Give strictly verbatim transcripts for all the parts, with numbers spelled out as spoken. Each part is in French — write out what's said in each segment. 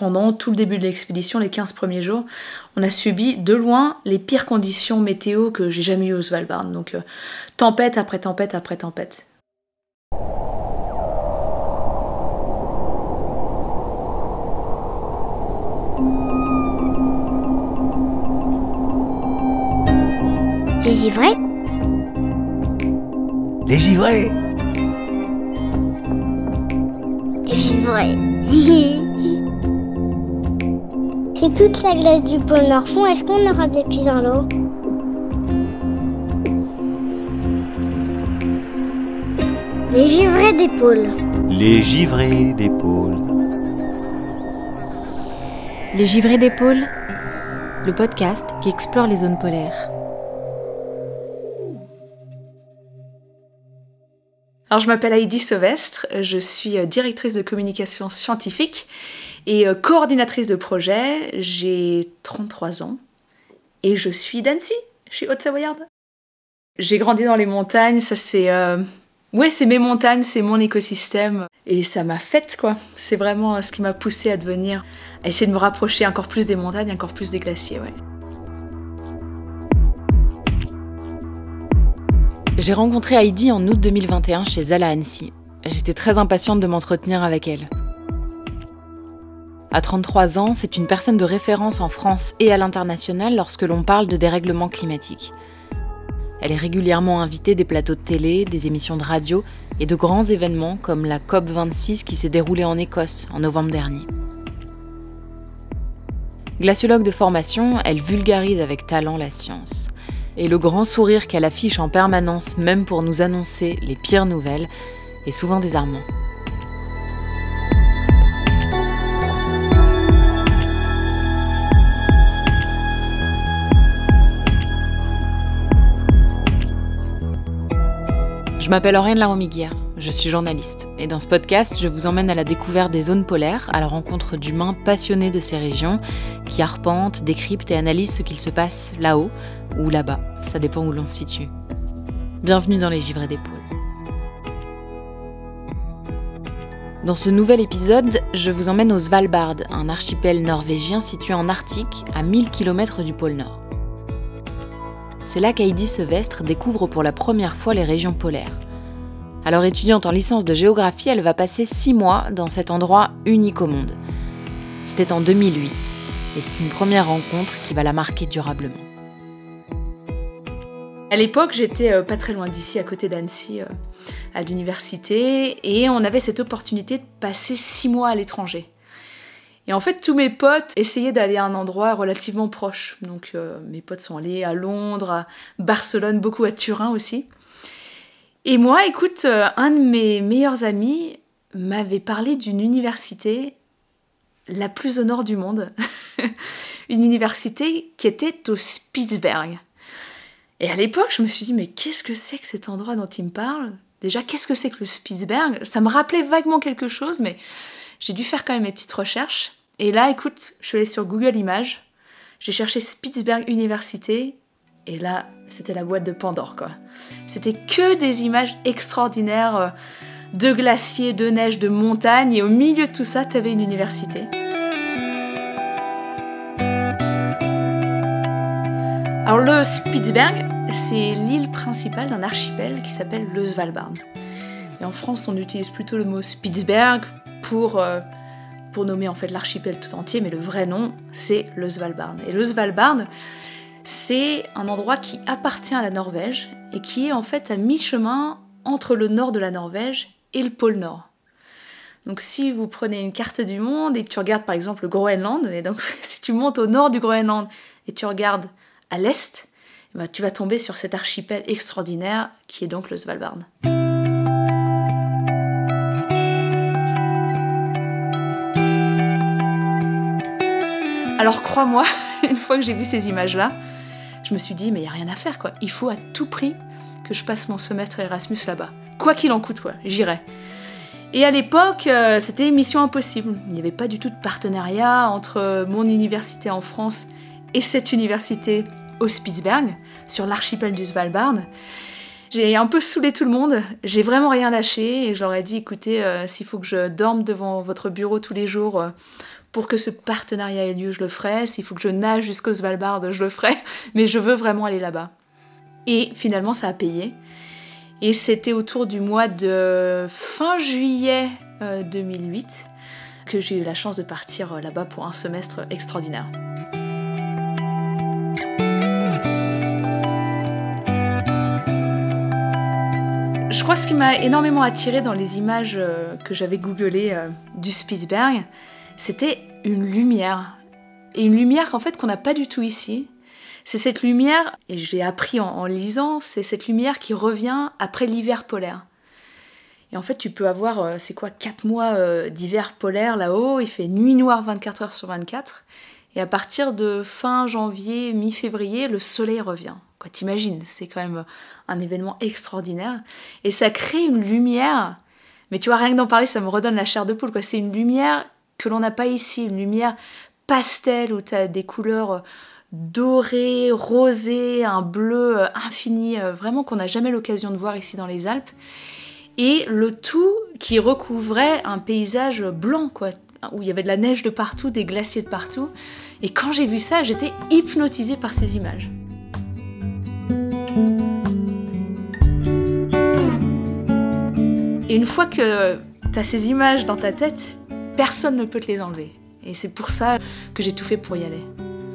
pendant tout le début de l'expédition, les quinze premiers jours, on a subi de loin les pires conditions météo que j'ai jamais eues au Svalbard. Donc euh, tempête après tempête après tempête. Les givrés? Les givrés? Les givrés. Si toute la glace du pôle Nord fond, est-ce qu'on aura des pieds dans l'eau? Les givrés des pôles. Les givrés des pôles. Les givrés des pôles, le podcast qui explore les zones polaires. Alors, je m'appelle Heidi Sauvestre, je suis directrice de communication scientifique et coordinatrice de projet. J'ai trente-trois ans et je suis d'Annecy, je suis haute-savoyarde. J'ai grandi dans les montagnes, ça c'est... Euh... Ouais, c'est mes montagnes, c'est mon écosystème et ça m'a faite quoi. C'est vraiment ce qui m'a poussée à devenir, à essayer de me rapprocher encore plus des montagnes, encore plus des glaciers, ouais. J'ai rencontré Heidi en août deux mille vingt et un chez elle à Annecy. J'étais très impatiente de m'entretenir avec elle. À trente-trois ans, c'est une personne de référence en France et à l'international lorsque l'on parle de dérèglement climatique. Elle est régulièrement invitée des plateaux de télé, des émissions de radio et de grands événements comme la COP vingt-six qui s'est déroulée en Écosse en novembre dernier. Glaciologue de formation, elle vulgarise avec talent la science. Et le grand sourire qu'elle affiche en permanence, même pour nous annoncer les pires nouvelles, est souvent désarmant. Je m'appelle Auriane Laromiguière, je suis journaliste. Et dans ce podcast, je vous emmène à la découverte des zones polaires, à la rencontre d'humains passionnés de ces régions, qui arpentent, décryptent et analysent ce qu'il se passe là-haut, ou là-bas, ça dépend où l'on se situe. Bienvenue dans les givrés des pôles. Dans ce nouvel épisode, je vous emmène au Svalbard, un archipel norvégien situé en Arctique, à mille kilomètres du pôle Nord. C'est là qu'Heidi Sauvestre découvre pour la première fois les régions polaires. Alors étudiante en licence de géographie, elle va passer six mois dans cet endroit unique au monde. C'était en deux mille huit, et c'est une première rencontre qui va la marquer durablement. À l'époque, j'étais euh, pas très loin d'ici, à côté d'Annecy, euh, à l'université, et on avait cette opportunité de passer six mois à l'étranger. Et en fait, tous mes potes essayaient d'aller à un endroit relativement proche. Donc euh, mes potes sont allés à Londres, à Barcelone, beaucoup à Turin aussi. Et moi, écoute, euh, un de mes meilleurs amis m'avait parlé d'une université la plus au nord du monde. Une université qui était au Spitzberg. Et à l'époque, je me suis dit, mais qu'est-ce que c'est que cet endroit dont il me parle ? Déjà, qu'est-ce que c'est que le Spitzberg ? Ça me rappelait vaguement quelque chose, mais j'ai dû faire quand même mes petites recherches. Et là, écoute, je suis allée sur Google Images, j'ai cherché Spitzberg Université, et là, c'était la boîte de Pandore, quoi. C'était que des images extraordinaires de glaciers, de neige, de montagnes, et au milieu de tout ça, t'avais une université. Alors le Spitzberg, c'est l'île principale d'un archipel qui s'appelle le Svalbard. Et en France, on utilise plutôt le mot Spitzberg pour, euh, pour nommer en fait l'archipel tout entier, mais le vrai nom, c'est le Svalbard. Et le Svalbard, c'est un endroit qui appartient à la Norvège et qui est en fait à mi-chemin entre le nord de la Norvège et le pôle Nord. Donc si vous prenez une carte du monde et que tu regardes par exemple le Groenland, et donc si tu montes au nord du Groenland et tu regardes à l'est, bah, tu vas tomber sur cet archipel extraordinaire qui est donc le Svalbard. Alors crois-moi, une fois que j'ai vu ces images-là, je me suis dit, mais il n'y a rien à faire, quoi. Il faut à tout prix que je passe mon semestre Erasmus là-bas. Quoi qu'il en coûte, quoi, j'irai. Et à l'époque, euh, c'était mission impossible. Il n'y avait pas du tout de partenariat entre mon université en France et cette université au Spitzberg, sur l'archipel du Svalbard. J'ai un peu saoulé tout le monde, j'ai vraiment rien lâché et je leur ai dit écoutez, euh, s'il faut que je dorme devant votre bureau tous les jours euh, pour que ce partenariat ait lieu, je le ferai. S'il faut que je nage jusqu'au Svalbard, je le ferai. Mais je veux vraiment aller là-bas. Et finalement, ça a payé. Et c'était autour du mois de fin juillet euh, deux mille huit que j'ai eu la chance de partir euh, là-bas pour un semestre extraordinaire. Je crois que ce qui m'a énormément attirée dans les images euh, que j'avais googlées euh, du Spitsberg, c'était une lumière. Et une lumière en fait qu'on n'a pas du tout ici. C'est cette lumière, et j'ai appris en, en lisant, c'est cette lumière qui revient après l'hiver polaire. Et en fait, tu peux avoir, euh, c'est quoi, quatre mois euh, d'hiver polaire là-haut, il fait nuit noire vingt-quatre heures sur vingt-quatre, et à partir de fin janvier, mi-février, le soleil revient. Quoi, t'imagines, c'est quand même un événement extraordinaire. Et ça crée une lumière, mais tu vois, rien que d'en parler, ça me redonne la chair de poule, quoi. C'est une lumière que l'on n'a pas ici, une lumière pastel, où tu as des couleurs dorées, rosées, un bleu infini, vraiment qu'on n'a jamais l'occasion de voir ici dans les Alpes. Et le tout qui recouvrait un paysage blanc, quoi, où il y avait de la neige de partout, des glaciers de partout. Et quand j'ai vu ça, j'étais hypnotisée par ces images. Et une fois que tu as ces images dans ta tête, personne ne peut te les enlever. Et c'est pour ça que j'ai tout fait pour y aller.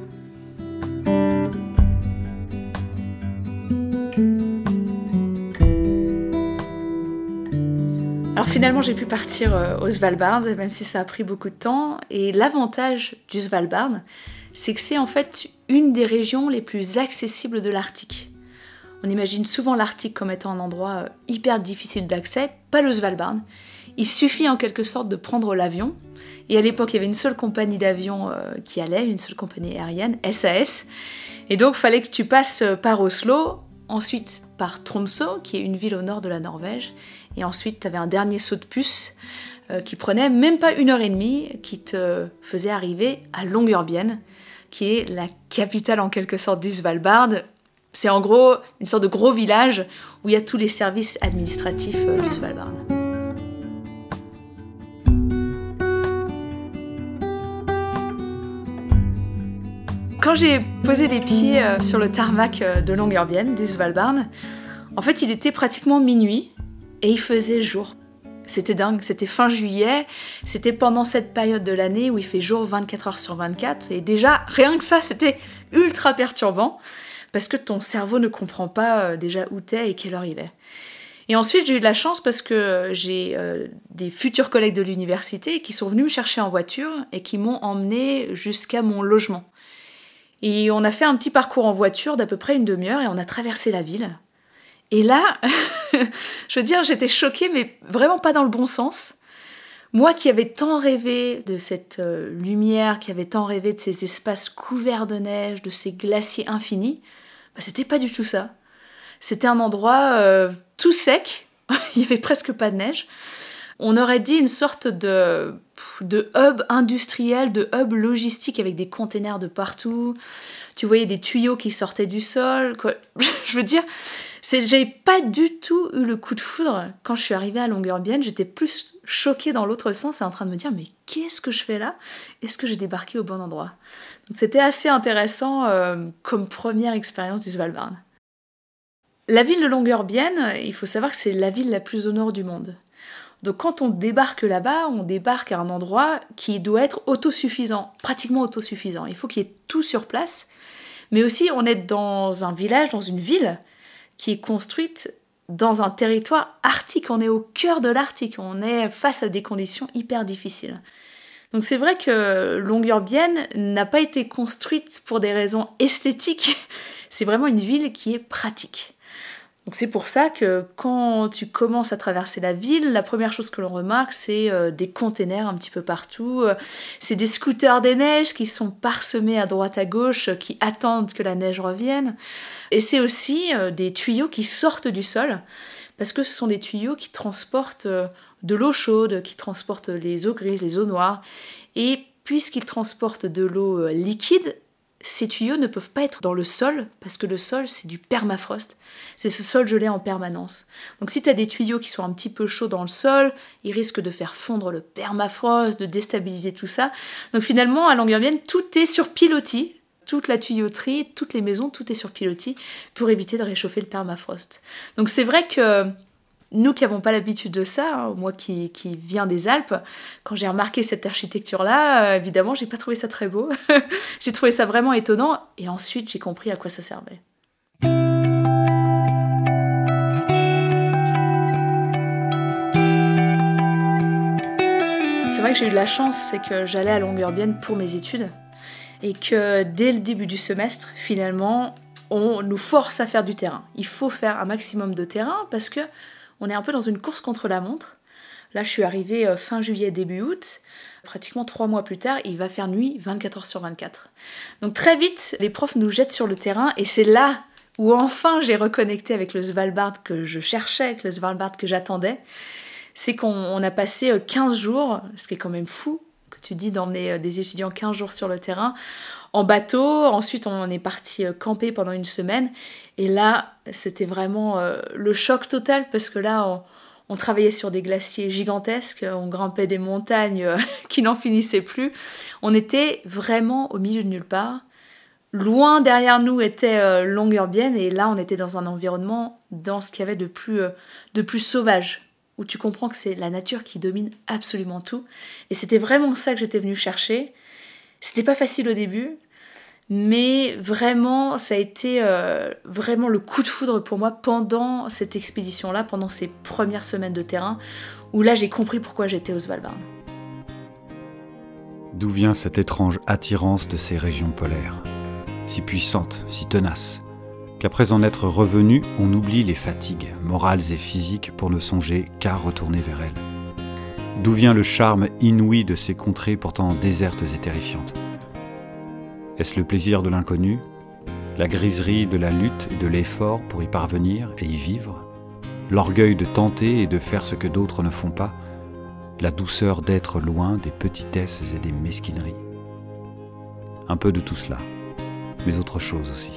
Alors finalement, j'ai pu partir au Svalbard, même si ça a pris beaucoup de temps. Et l'avantage du Svalbard, c'est que c'est en fait une des régions les plus accessibles de l'Arctique. On imagine souvent l'Arctique comme étant un endroit hyper difficile d'accès, pas le Svalbard. Il suffit en quelque sorte de prendre l'avion. Et à l'époque, il y avait une seule compagnie d'avions euh, qui allait, une seule compagnie aérienne, S A S. Et donc, il fallait que tu passes par Oslo, ensuite par Tromsø, qui est une ville au nord de la Norvège. Et ensuite, tu avais un dernier saut de puce euh, qui prenait même pas une heure et demie, qui te faisait arriver à Longyearbyen, qui est la capitale en quelque sorte du Svalbard. C'est en gros une sorte de gros village où il y a tous les services administratifs euh, du Svalbard. Quand j'ai posé les pieds euh, sur le tarmac euh, de Longyearbyen, du Svalbard, en fait il était pratiquement minuit et il faisait jour. C'était dingue, c'était fin juillet, c'était pendant cette période de l'année où il fait jour vingt-quatre heures sur vingt-quatre, et déjà, rien que ça, c'était ultra perturbant, parce que ton cerveau ne comprend pas euh, déjà où t'es et quelle heure il est. Et ensuite, j'ai eu de la chance parce que j'ai euh, des futurs collègues de l'université qui sont venus me chercher en voiture et qui m'ont emmené jusqu'à mon logement. Et on a fait un petit parcours en voiture d'à peu près une demi-heure et on a traversé la ville. Et là, je veux dire, j'étais choquée, mais vraiment pas dans le bon sens. Moi qui avais tant rêvé de cette euh, lumière, qui avait tant rêvé de ces espaces couverts de neige, de ces glaciers infinis, bah, c'était pas du tout ça. C'était un endroit euh, tout sec, il y avait presque pas de neige. On aurait dit une sorte de, de hub industriel, de hub logistique avec des containers de partout. Tu voyais des tuyaux qui sortaient du sol, quoi. Je veux dire, c'est, j'ai pas du tout eu le coup de foudre. Quand je suis arrivée à Longyearbyen, j'étais plus choquée dans l'autre sens et en train de me dire « Mais qu'est-ce que je fais là ? Est-ce que j'ai débarqué au bon endroit ?» Donc c'était assez intéressant euh, comme première expérience du Svalbard. La ville de Longyearbyen, il faut savoir que c'est la ville la plus au nord du monde. Donc quand on débarque là-bas, on débarque à un endroit qui doit être autosuffisant, pratiquement autosuffisant. Il faut qu'il y ait tout sur place, mais aussi on est dans un village, dans une ville qui est construite dans un territoire arctique. On est au cœur de l'Arctique, on est face à des conditions hyper difficiles. Donc c'est vrai que Longyearbyen n'a pas été construite pour des raisons esthétiques, c'est vraiment une ville qui est pratique. Donc c'est pour ça que quand tu commences à traverser la ville, la première chose que l'on remarque, c'est euh, des containers un petit peu partout. Euh, c'est des scooters des neiges qui sont parsemés à droite à gauche, euh, qui attendent que la neige revienne. Et c'est aussi euh, des tuyaux qui sortent du sol, parce que ce sont des tuyaux qui transportent euh, de l'eau chaude, qui transportent les eaux grises, les eaux noires. Et puisqu'ils transportent de l'eau euh, liquide, ces tuyaux ne peuvent pas être dans le sol, parce que le sol, c'est du permafrost. C'est ce sol gelé en permanence. Donc si tu as des tuyaux qui sont un petit peu chauds dans le sol, ils risquent de faire fondre le permafrost, de déstabiliser tout ça. Donc finalement, à Longyearbyen, tout est sur pilotis. Toute la tuyauterie, toutes les maisons, tout est sur pilotis pour éviter de réchauffer le permafrost. Donc c'est vrai que nous qui n'avons pas l'habitude de ça, hein, moi qui, qui viens des Alpes, quand j'ai remarqué cette architecture-là, euh, évidemment, j'ai pas trouvé ça très beau. J'ai trouvé ça vraiment étonnant, et ensuite j'ai compris à quoi ça servait. C'est vrai que j'ai eu de la chance, c'est que j'allais à Longyearbyen pour mes études, et que dès le début du semestre, finalement, on nous force à faire du terrain. Il faut faire un maximum de terrain, parce que on est un peu dans une course contre la montre. Là, je suis arrivée fin juillet, début août. Pratiquement trois mois plus tard, il va faire nuit vingt-quatre heures sur vingt-quatre. Donc très vite, les profs nous jettent sur le terrain et c'est là où enfin j'ai reconnecté avec le Svalbard que je cherchais, avec le Svalbard que j'attendais. C'est qu'on on a passé quinze jours, ce qui est quand même fou, que tu dis d'emmener des étudiants quinze jours sur le terrain, en bateau. Ensuite, on est parti camper pendant une semaine. Et là, c'était vraiment euh, le choc total, parce que là, on, on travaillait sur des glaciers gigantesques, on grimpait des montagnes euh, qui n'en finissaient plus. On était vraiment au milieu de nulle part. Loin derrière nous était euh, Longyearbyen, et là, on était dans un environnement, dans ce qu'il y avait de plus, euh, de plus sauvage, où tu comprends que c'est la nature qui domine absolument tout. Et c'était vraiment ça que j'étais venue chercher. C'était pas facile au début, mais vraiment, ça a été euh, vraiment le coup de foudre pour moi pendant cette expédition-là, pendant ces premières semaines de terrain, où là j'ai compris pourquoi j'étais au Svalbard. D'où vient cette étrange attirance de ces régions polaires, si puissante, si tenace, qu'après en être revenu, on oublie les fatigues morales et physiques pour ne songer qu'à retourner vers elles. D'où vient le charme inouï de ces contrées pourtant désertes et terrifiantes? Est-ce le plaisir de l'inconnu, la griserie de la lutte et de l'effort pour y parvenir et y vivre, l'orgueil de tenter et de faire ce que d'autres ne font pas, la douceur d'être loin des petitesses et des mesquineries? Un peu de tout cela, mais autre chose aussi.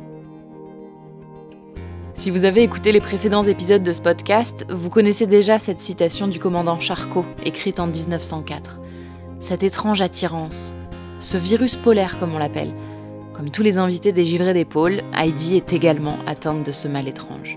Si vous avez écouté les précédents épisodes de ce podcast, vous connaissez déjà cette citation du commandant Charcot, écrite en dix-neuf cent quatre. Cette étrange attirance, ce virus polaire comme on l'appelle. Comme tous les invités des Givrés des Pôles, Heidi est également atteinte de ce mal étrange.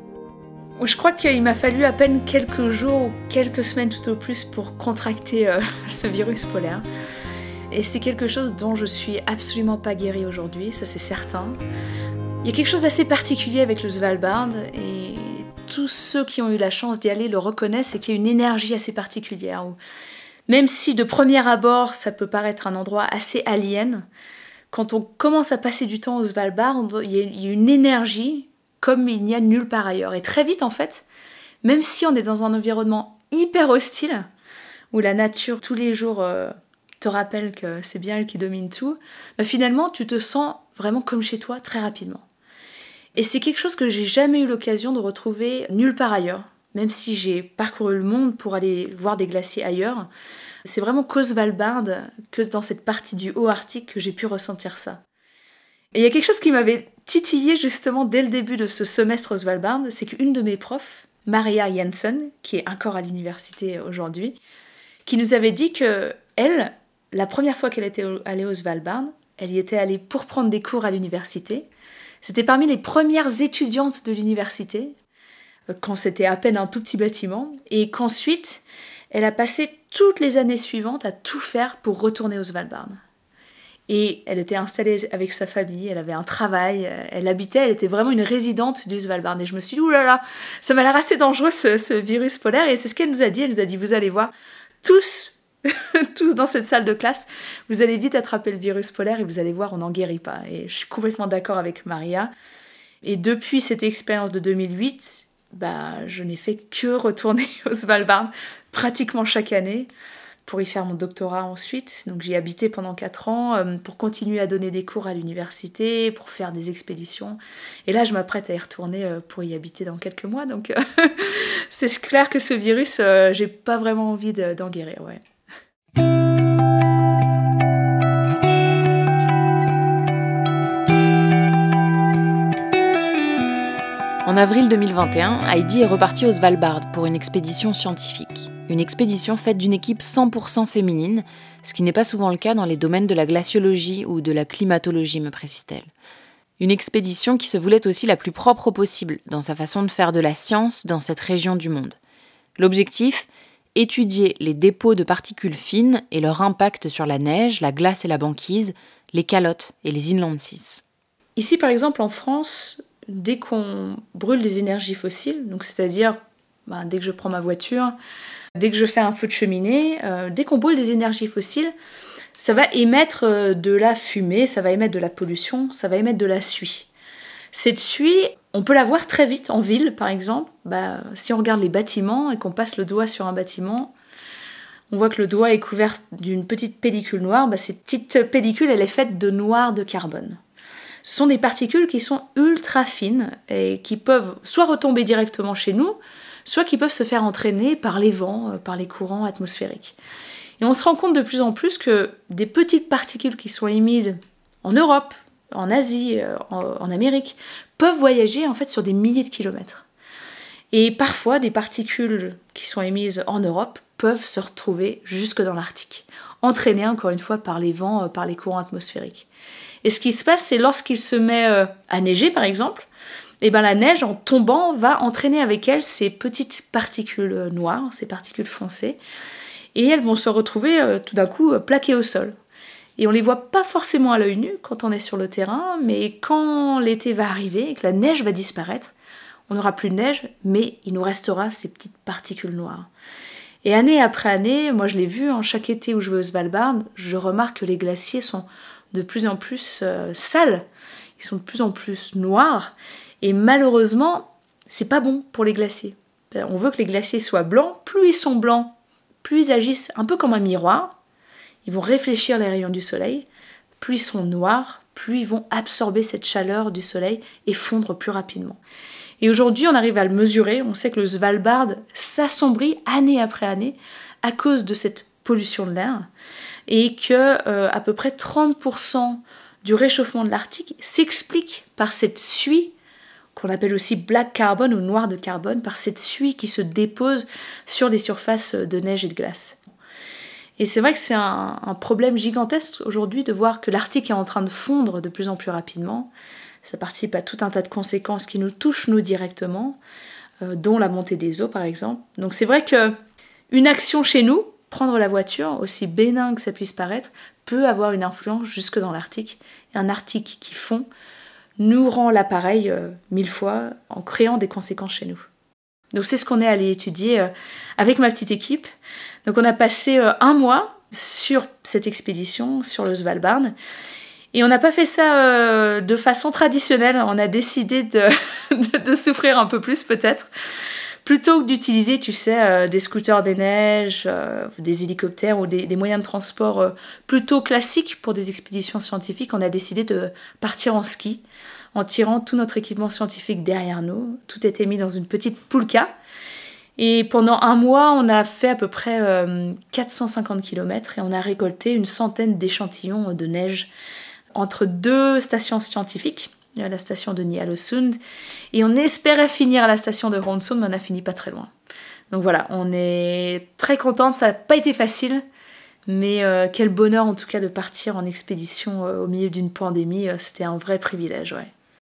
Je crois qu'il m'a fallu à peine quelques jours ou quelques semaines tout au plus pour contracter euh, ce virus polaire. Et c'est quelque chose dont je suis absolument pas guérie aujourd'hui, ça c'est certain. Il y a quelque chose d'assez particulier avec le Svalbard, et tous ceux qui ont eu la chance d'y aller le reconnaissent, c'est qu'il y a une énergie assez particulière. Où, même si de premier abord ça peut paraître un endroit assez alien, quand on commence à passer du temps au Svalbard, il y a une énergie comme il n'y a nulle part ailleurs. Et très vite en fait, même si on est dans un environnement hyper hostile, où la nature tous les jours euh, te rappelle que c'est bien elle qui domine tout, bah finalement tu te sens vraiment comme chez toi très rapidement. Et c'est quelque chose que j'ai jamais eu l'occasion de retrouver nulle part ailleurs, même si j'ai parcouru le monde pour aller voir des glaciers ailleurs. C'est vraiment qu'au Svalbard, que dans cette partie du haut Arctique, que j'ai pu ressentir ça. Et il y a quelque chose qui m'avait titillé justement dès le début de ce semestre au Svalbard, c'est qu'une de mes profs, Maria Jensen, qui est encore à l'université aujourd'hui, qui nous avait dit que elle, la première fois qu'elle était allée au Svalbard, elle y était allée pour prendre des cours à l'université. C'était parmi les premières étudiantes de l'université, quand c'était à peine un tout petit bâtiment, et qu'ensuite, elle a passé toutes les années suivantes à tout faire pour retourner au Svalbard. Et elle était installée avec sa famille, elle avait un travail, elle habitait, elle était vraiment une résidente du Svalbard. Et je me suis dit, oulala, ça m'a l'air assez dangereux ce, ce virus polaire. Et c'est ce qu'elle nous a dit, elle nous a dit, vous allez voir, tous tous dans cette salle de classe, vous allez vite attraper le virus polaire et vous allez voir, on n'en guérit pas. Et je suis complètement d'accord avec Maria. Et depuis cette expérience de deux mille huit, bah, je n'ai fait que retourner au Svalbard pratiquement chaque année pour y faire mon doctorat ensuite. Donc j'y ai habité pendant quatre ans euh, pour continuer à donner des cours à l'université, pour faire des expéditions. Et là, je m'apprête à y retourner euh, pour y habiter dans quelques mois. Donc euh, c'est clair que ce virus, euh, j'ai pas vraiment envie de, d'en guérir, ouais. En avril deux mille vingt et un, Heidi est repartie au Svalbard pour une expédition scientifique. Une expédition faite d'une équipe cent pour cent féminine, ce qui n'est pas souvent le cas dans les domaines de la glaciologie ou de la climatologie, me précise-t-elle. Une expédition qui se voulait aussi la plus propre possible dans sa façon de faire de la science dans cette région du monde. L'objectif ? Étudier les dépôts de particules fines et leur impact sur la neige, la glace et la banquise, les calottes et les inland seas. Ici, par exemple, en France, dès qu'on brûle des énergies fossiles, donc c'est-à-dire ben, dès que je prends ma voiture, dès que je fais un feu de cheminée, euh, dès qu'on brûle des énergies fossiles, ça va émettre euh, de la fumée, ça va émettre de la pollution, ça va émettre de la suie. Cette suie, on peut la voir très vite en ville, par exemple. Bah, si on regarde les bâtiments et qu'on passe le doigt sur un bâtiment, on voit que le doigt est couvert d'une petite pellicule noire. Bah, cette petite pellicule, elle est faite de noir de carbone. Ce sont des particules qui sont ultra fines et qui peuvent soit retomber directement chez nous, soit qui peuvent se faire entraîner par les vents, par les courants atmosphériques. Et on se rend compte de plus en plus que des petites particules qui sont émises en Europe, en Asie, en, en Amérique, peuvent voyager en fait sur des milliers de kilomètres. Et parfois, des particules qui sont émises en Europe peuvent se retrouver jusque dans l'Arctique, entraînées encore une fois par les vents, par les courants atmosphériques. Et ce qui se passe, c'est lorsqu'il se met à neiger, par exemple, et ben la neige, en tombant, va entraîner avec elle ces petites particules noires, ces particules foncées, et elles vont se retrouver euh, tout d'un coup plaquées au sol. Et on ne les voit pas forcément à l'œil nu quand on est sur le terrain, mais quand l'été va arriver et que la neige va disparaître, on n'aura plus de neige, mais il nous restera ces petites particules noires. Et année après année, moi je l'ai vu, en chaque été où je vais au Svalbard, je remarque que les glaciers sont de plus en plus euh, sales, ils sont de plus en plus noirs, et malheureusement, c'est pas bon pour les glaciers. On veut que les glaciers soient blancs, plus ils sont blancs, plus ils agissent un peu comme un miroir, ils vont réfléchir les rayons du soleil, plus ils sont noirs, plus ils vont absorber cette chaleur du soleil et fondre plus rapidement. Et aujourd'hui, on arrive à le mesurer, on sait que le Svalbard s'assombrit année après année à cause de cette pollution de l'air, et que euh, à peu près trente pour cent du réchauffement de l'Arctique s'explique par cette suie qu'on appelle aussi black carbon ou noir de carbone, par cette suie qui se dépose sur les surfaces de neige et de glace. Et c'est vrai que c'est un, un problème gigantesque aujourd'hui de voir que l'Arctique est en train de fondre de plus en plus rapidement. Ça participe à tout un tas de conséquences qui nous touchent nous directement, euh, dont la montée des eaux par exemple. Donc c'est vrai qu'une action chez nous, prendre la voiture, aussi bénin que ça puisse paraître, peut avoir une influence jusque dans l'Arctique. Et un Arctique qui fond nous rend l'appareil euh, mille fois en créant des conséquences chez nous. Donc c'est ce qu'on est allé étudier euh, avec ma petite équipe. Donc on a passé euh, un mois sur cette expédition, sur le Svalbard. Et on n'a pas fait ça euh, de façon traditionnelle. On a décidé de, de, de souffrir un peu plus peut-être. Plutôt que d'utiliser, tu sais, euh, des scooters des neiges, euh, des hélicoptères ou des, des moyens de transport euh, plutôt classiques pour des expéditions scientifiques, on a décidé de partir en ski en tirant tout notre équipement scientifique derrière nous. Tout était mis dans une petite poulka. Et pendant un mois, on a fait à peu près euh, quatre cent cinquante kilomètres et on a récolté une centaine d'échantillons de neige entre deux stations scientifiques, la station de Ny-Ålesund, et on espérait finir à la station de Hornsund, mais on a fini pas très loin. Donc voilà, on est très contente, ça n'a pas été facile, mais euh, quel bonheur en tout cas de partir en expédition euh, au milieu d'une pandémie, euh, c'était un vrai privilège, ouais.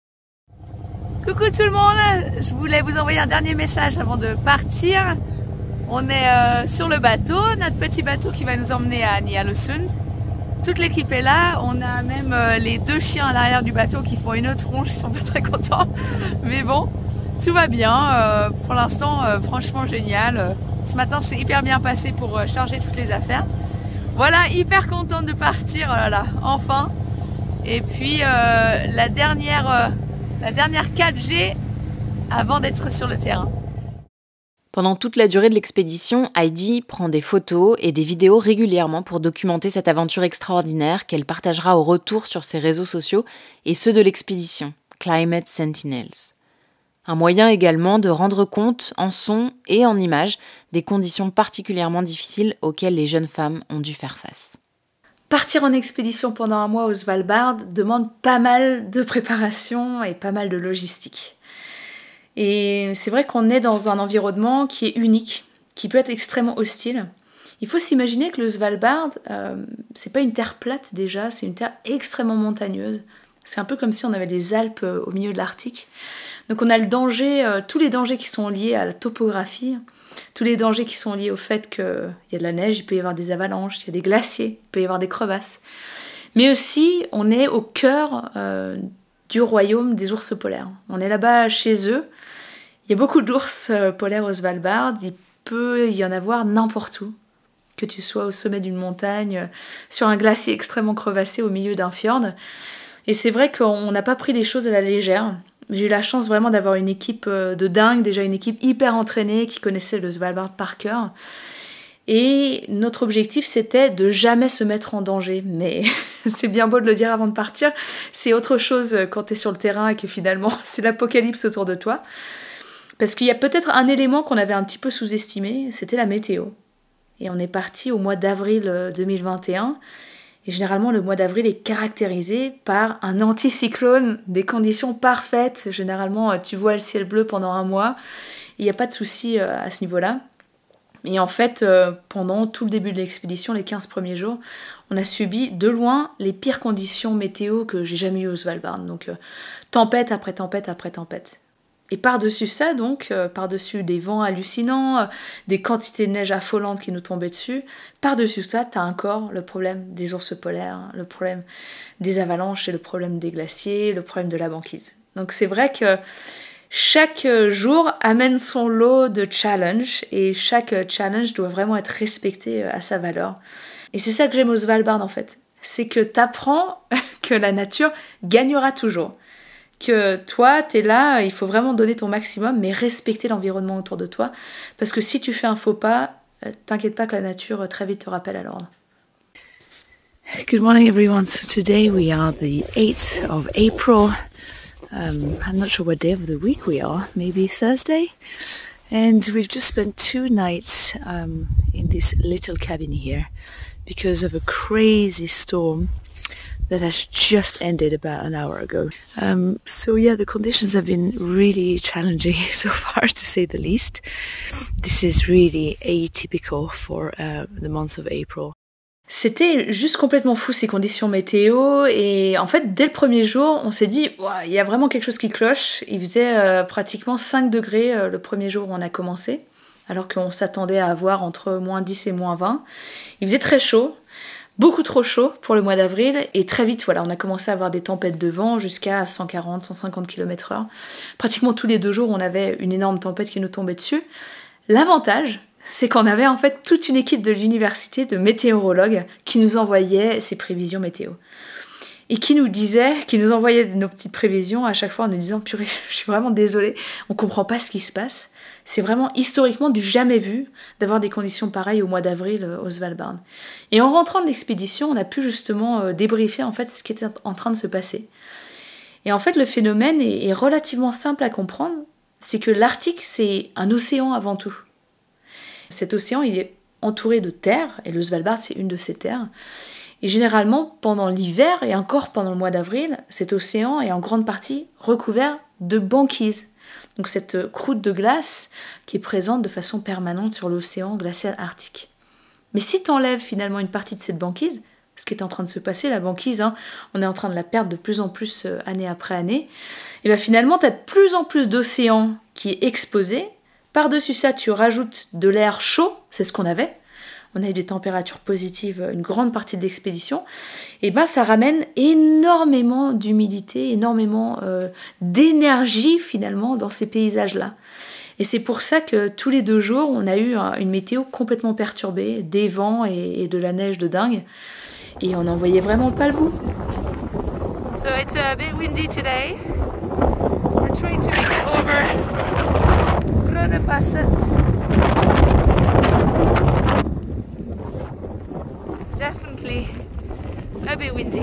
Coucou tout le monde, je voulais vous envoyer un dernier message avant de partir. On est euh, sur le bateau, notre petit bateau qui va nous emmener à Ny-Ålesund. Toute l'équipe est là, on a même euh, les deux chiens à l'arrière du bateau qui font une autre ronge, ils sont pas très contents. Mais bon, tout va bien, euh, pour l'instant euh, franchement génial. Ce matin c'est hyper bien passé pour euh, charger toutes les affaires. Voilà, hyper contente de partir, euh, là, enfin. Et puis euh, la dernière, euh, la dernière quatre G avant d'être sur le terrain. Pendant toute la durée de l'expédition, Heidi prend des photos et des vidéos régulièrement pour documenter cette aventure extraordinaire qu'elle partagera au retour sur ses réseaux sociaux et ceux de l'expédition, Climate Sentinels. Un moyen également de rendre compte, en son et en images, des conditions particulièrement difficiles auxquelles les jeunes femmes ont dû faire face. Partir en expédition pendant un mois au Svalbard demande pas mal de préparation et pas mal de logistique. Et c'est vrai qu'on est dans un environnement qui est unique, qui peut être extrêmement hostile. Il faut s'imaginer que le Svalbard, euh, c'est pas une terre plate déjà, c'est une terre extrêmement montagneuse. C'est un peu comme si on avait des Alpes euh, au milieu de l'Arctique. Donc on a le danger, euh, tous les dangers qui sont liés à la topographie, tous les dangers qui sont liés au fait qu'il y a de la neige, il peut y avoir des avalanches, il y a des glaciers, il peut y avoir des crevasses. Mais aussi, on est au cœur euh, du royaume des ours polaires. On est là-bas chez eux. Il y a beaucoup d'ours euh, polaires au Svalbard. Il peut y en avoir n'importe où. Que tu sois au sommet d'une montagne, euh, sur un glacier extrêmement crevassé au milieu d'un fjord. Et c'est vrai qu'on n'a pas pris les choses à la légère. J'ai eu la chance vraiment d'avoir une équipe euh, de dingue, déjà une équipe hyper entraînée qui connaissait le Svalbard par cœur. Et notre objectif, c'était de jamais se mettre en danger. Mais c'est bien beau de le dire avant de partir, c'est autre chose quand tu es sur le terrain et que finalement, c'est l'apocalypse autour de toi. Parce qu'il y a peut-être un élément qu'on avait un petit peu sous-estimé, c'était la météo. Et on est parti au mois d'avril deux mille vingt et un. Et généralement, le mois d'avril est caractérisé par un anticyclone, des conditions parfaites. Généralement, tu vois le ciel bleu pendant un mois. Il n'y a pas de souci à ce niveau-là. Et en fait, euh, pendant tout le début de l'expédition, les quinze premiers jours, on a subi de loin les pires conditions météo que j'ai jamais eues au Svalbard. Donc, euh, tempête après tempête après tempête. Et par-dessus ça, donc, euh, par-dessus des vents hallucinants, euh, des quantités de neige affolantes qui nous tombaient dessus, par-dessus ça, t'as encore le problème des ours polaires, le problème des avalanches et le problème des glaciers, le problème de la banquise. Donc c'est vrai que chaque jour amène son lot de challenges et chaque challenge doit vraiment être respecté à sa valeur. Et c'est ça que j'aime au Svalbard en fait. C'est que t'apprends que la nature gagnera toujours. Que toi, t'es là, il faut vraiment donner ton maximum, mais respecter l'environnement autour de toi. Parce que si tu fais un faux pas, t'inquiète pas que la nature très vite te rappelle à l'ordre. Good morning everyone. So today we are the eighth of April. Um, I'm not sure what day of the week we are, maybe Thursday. And we've just spent two nights um, in this little cabin here because of a crazy storm that has just ended about an hour ago. Um, so yeah, the conditions have been really challenging so far, to say the least. This is really atypical for uh, the month of April. C'était juste complètement fou ces conditions météo et en fait dès le premier jour on s'est dit wow, il y a vraiment quelque chose qui cloche. Il faisait euh, pratiquement cinq degrés euh, le premier jour où on a commencé alors qu'on s'attendait à avoir entre moins dix et moins vingt. Il faisait très chaud, beaucoup trop chaud pour le mois d'avril et très vite voilà, on a commencé à avoir des tempêtes de vent jusqu'à cent quarante à cent cinquante kilomètres heure. Pratiquement tous les deux jours on avait une énorme tempête qui nous tombait dessus. L'avantage, c'est qu'on avait en fait toute une équipe de l'université de météorologues qui nous envoyait ces prévisions météo. Et qui nous disait, qui nous envoyait nos petites prévisions à chaque fois en nous disant « Purée, je suis vraiment désolée, on comprend pas ce qui se passe. » C'est vraiment historiquement du jamais vu d'avoir des conditions pareilles au mois d'avril au Svalbard. Et en rentrant de l'expédition, on a pu justement euh, débriefer en fait ce qui était en train de se passer. Et en fait, le phénomène est, est relativement simple à comprendre. C'est que l'Arctique, c'est un océan avant tout. Cet océan, il est entouré de terres, et le Svalbard, c'est une de ces terres. Et généralement, pendant l'hiver, et encore pendant le mois d'avril, cet océan est en grande partie recouvert de banquise. Donc cette croûte de glace qui est présente de façon permanente sur l'océan glacial arctique. Mais si tu enlèves finalement une partie de cette banquise, ce qui est en train de se passer, la banquise, hein, on est en train de la perdre de plus en plus euh, année après année, et bien finalement, tu as de plus en plus d'océan qui est exposé. Par-dessus ça, tu rajoutes de l'air chaud, c'est ce qu'on avait. On a eu des températures positives une grande partie de l'expédition. Et ben, ça ramène énormément d'humidité, énormément euh, d'énergie finalement dans ces paysages-là. Et c'est pour ça que tous les deux jours, on a eu un, une météo complètement perturbée, des vents et, et de la neige de dingue. Et on n'en voyait vraiment pas le bout. So it's a bit windy today. We're trying to make it over. Definitely a bit windy.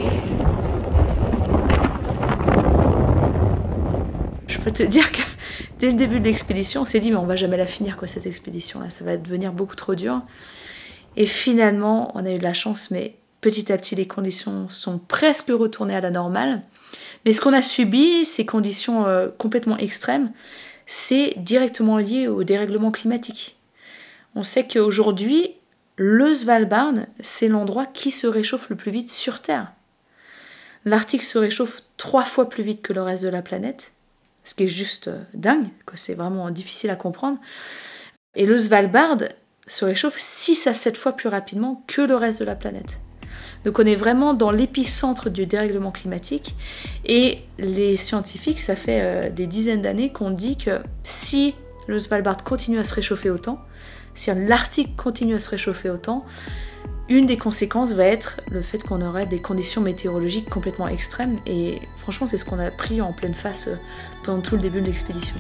Je peux te dire que dès le début de l'expédition, on s'est dit mais on va jamais la finir quoi cette expédition là, ça va devenir beaucoup trop dur. Et finalement, on a eu de la chance, mais petit à petit les conditions sont presque retournées à la normale. Mais ce qu'on a subi, ces conditions euh, complètement extrêmes, c'est directement lié au dérèglement climatique. On sait qu'aujourd'hui, le Svalbard, c'est l'endroit qui se réchauffe le plus vite sur Terre. L'Arctique se réchauffe trois fois plus vite que le reste de la planète, ce qui est juste dingue, que c'est vraiment difficile à comprendre. Et le Svalbard se réchauffe six à sept fois plus rapidement que le reste de la planète. Donc on est vraiment dans l'épicentre du dérèglement climatique, et les scientifiques, ça fait euh, des dizaines d'années qu'on dit que si le Svalbard continue à se réchauffer autant, si l'Arctique continue à se réchauffer autant, une des conséquences va être le fait qu'on aurait des conditions météorologiques complètement extrêmes, et franchement c'est ce qu'on a pris en pleine face pendant tout le début de l'expédition.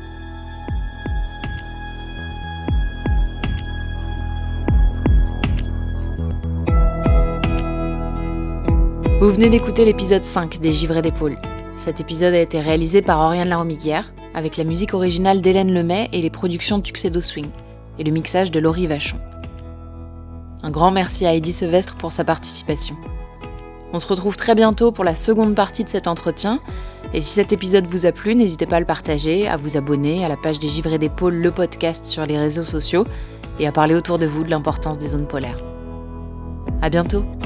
Vous venez d'écouter l'épisode cinq des Givrés d'épaule. Cet épisode a été réalisé par Oriane Laromiguière, avec la musique originale d'Hélène Lemay et les productions Tuxedo Swing, et le mixage de Laurie Vachon. Un grand merci à Heidi Sevestre pour sa participation. On se retrouve très bientôt pour la seconde partie de cet entretien, et si cet épisode vous a plu, n'hésitez pas à le partager, à vous abonner à la page des Givrés d'épaule, le podcast sur les réseaux sociaux, et à parler autour de vous de l'importance des zones polaires. À bientôt!